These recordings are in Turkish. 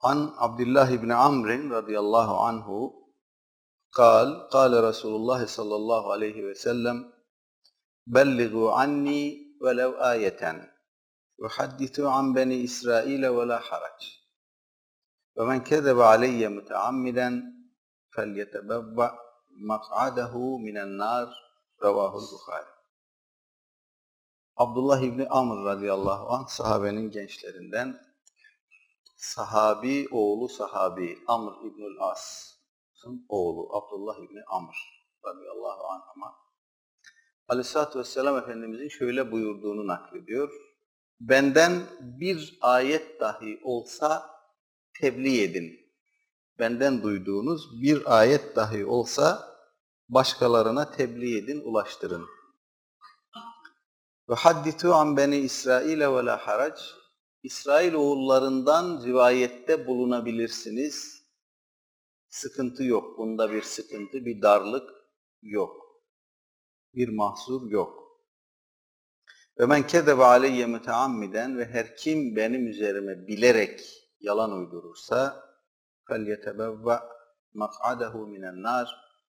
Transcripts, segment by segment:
An Abdullah ibn Amr radıyallahu anhu قال رسول الله صلى الله عليه وسلم بلغوا عني ولو آية وحدثوا عن بني إسرائيل ولا حرج ومن كذب علي متعمدا فليتبوأ مقعده من النار رواه البخari. Abdullah İbni Amr radıyallahu anh sahabenin gençlerinden, sahabi oğlu sahabi Amr İbnül As'ın oğlu Abdullah İbni Amr radıyallahu anh'a Aleyhisselatü Vesselam Efendimizin şöyle buyurduğunu naklediyor. Benden bir ayet dahi olsa tebliğ edin. Benden duyduğunuz bir ayet dahi olsa başkalarına tebliğ edin, ulaştırın. Ve hadditu an beni İsrail'e ve la harac. İsrail oğullarından rivayette bulunabilirsiniz. Sıkıntı yok. Bunda bir sıkıntı, bir darlık yok. Bir mahsur yok. Ve men kedebe aleyye müteammiden ve her kim benim üzerime bilerek yalan uydurursa فَلْيَتَبَوَّ مَقْعَدَهُ مِنَ النَّارِ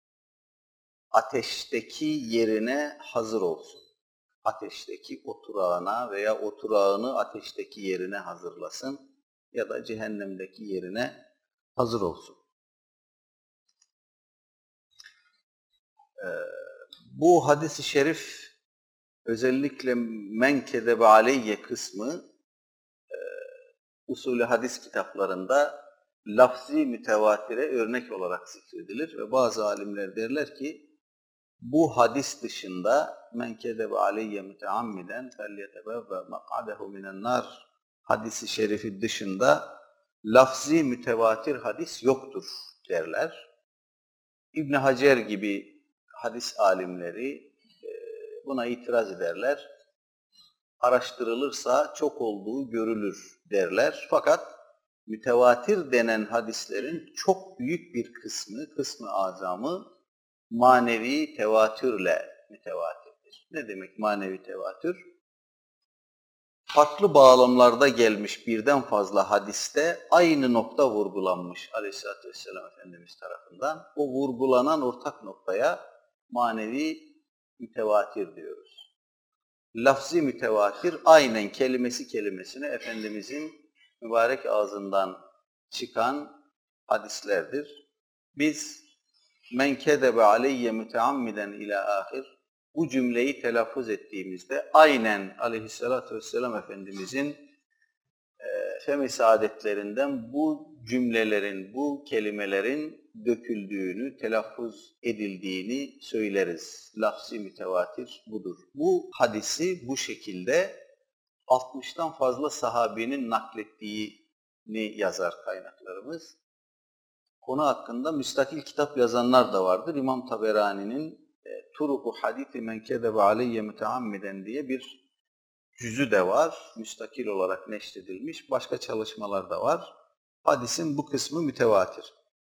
ateşteki yerine hazır olsun. Ateşteki oturağına veya oturağını ateşteki yerine hazırlasın ya da cehennemdeki yerine hazır olsun. Bu hadis-i şerif özellikle men kedebe aleyye kısmı usulü hadis kitaplarında lafzi mütevatire örnek olarak zikredilir ve bazı alimler derler ki bu hadis dışında men kedebe aleyye müteammiden felyetebevve mak'adehu minen nar hadisi şerifi dışında lafzi mütevatir hadis yoktur derler. İbn Hacer gibi hadis alimleri buna itiraz ederler. Araştırılırsa çok olduğu görülür derler. Fakat mütevatir denen hadislerin çok büyük bir kısmı azamı manevi tevatürle mütevatirdir. Ne demek manevi tevatür? Farklı bağlamlarda gelmiş birden fazla hadiste aynı nokta vurgulanmış Aleyhisselatü Vesselam Efendimiz tarafından. O vurgulanan ortak noktaya manevi mütevatir diyoruz. Lafzi mütevatir aynen kelimesi kelimesine Efendimizin mübarek ağzından çıkan hadislerdir. Biz men kedebe aleyye müteammiden ila ahir bu cümleyi telaffuz ettiğimizde aleyhissalatü vesselam Efendimizin fem-i saadetlerinden bu cümlelerin, bu kelimelerin döküldüğünü, telaffuz edildiğini söyleriz. Lafzi mütevatir budur. Bu hadisi bu şekilde 60'tan fazla sahabenin naklettiğini yazar kaynaklarımız. Konu hakkında müstakil kitap yazanlar da vardır. İmam Taberani'nin Turuku Hadisi Men Kedebe Aleyye Müteammiden diye bir cüzü de var. Müstakil olarak neşredilmiş. Başka çalışmalar da var. Hadisin bu kısmı mütevatir.